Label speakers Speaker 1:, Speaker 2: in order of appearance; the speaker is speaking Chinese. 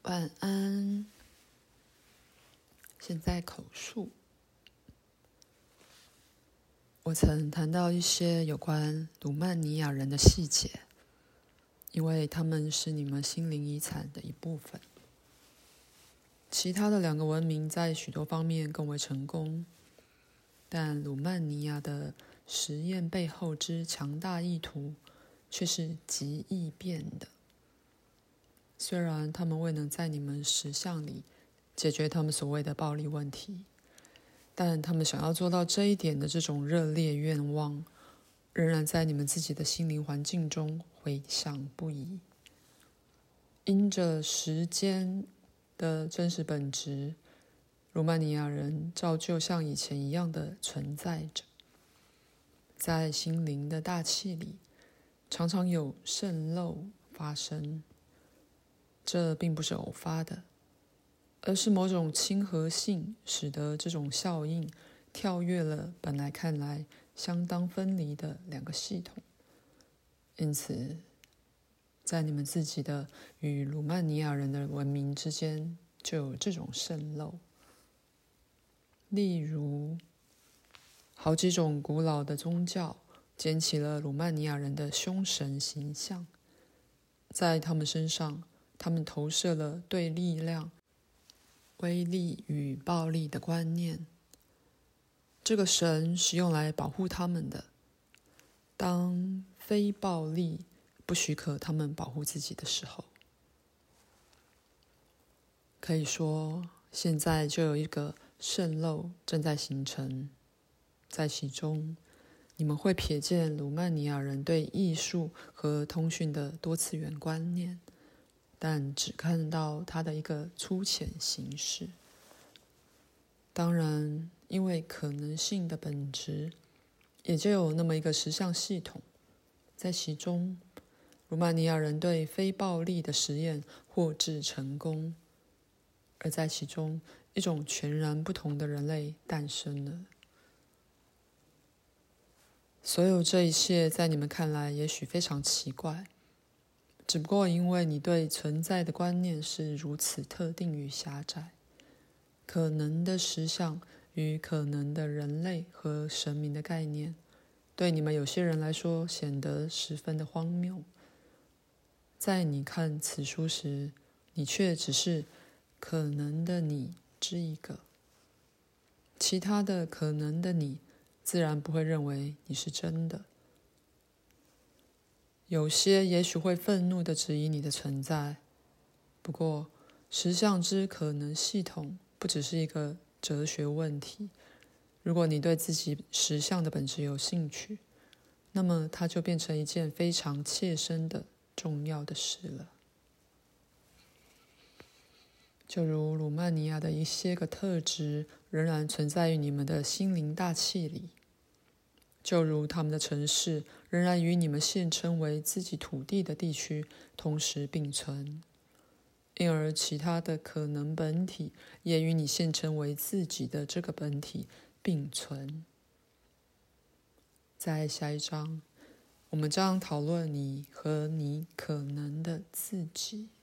Speaker 1: 晚安。现在口述，我曾谈到一些有关卢曼尼亚人的细节，因为他们是你们心灵遗产的一部分。其他的2个文明在许多方面更为成功，但卢曼尼亚的实验背后之强大意图却是极易变的。虽然他们未能在你们实相里解决他们所谓的暴力问题，但他们想要做到这一点的这种热烈愿望，仍然在你们自己的心灵环境中回响不已。因着时间的真实本质，罗曼尼亚人照旧像以前一样的存在着，在心灵的大气里，常常有渗漏发生。这并不是偶发的，而是某种亲和性使得这种效应跳跃了本来看来相当分离的2个系统。因此，在你们自己的与卢曼尼亚人的文明之间就有这种渗漏。例如，好几种古老的宗教捡起了卢曼尼亚人的凶神形象，在他们身上他们投射了对力量、威力与暴力的观念。这个神是用来保护他们的，当非暴力不许可他们保护自己的时候。可以说，现在就有一个渗漏正在形成，在其中你们会瞥见卢曼尼亚人对艺术和通讯的多次元观念，但只看到它的一个粗浅形式。当然，因为可能性的本质，也就有那么一个实相系统，在其中，卢曼尼亚人对非暴力的实验获致成功，而在其中，一种全然不同的人类诞生了。所有这一切在你们看来也许非常奇怪，只不过因为你对存在的观念是如此特定与狭窄，可能的实相与可能的人类和神明的概念，对你们有些人来说显得十分的荒谬。在你看此书时，你却只是可能的你之一个，其他的可能的你自然不会认为你是真的。有些也许会愤怒地质疑你的存在，不过实相之可能系统不只是一个哲学问题。如果你对自己实相的本质有兴趣，那么它就变成一件非常切身的重要的事了。就如鲁曼尼亚的一些个特质仍然存在于你们的心灵大气里，就如他们的城市仍然与你们现称为自己土地的地区同时并存，因而其他的可能本体也与你现称为自己的这个本体并存。在下一章，我们将讨论你和你可能的自己。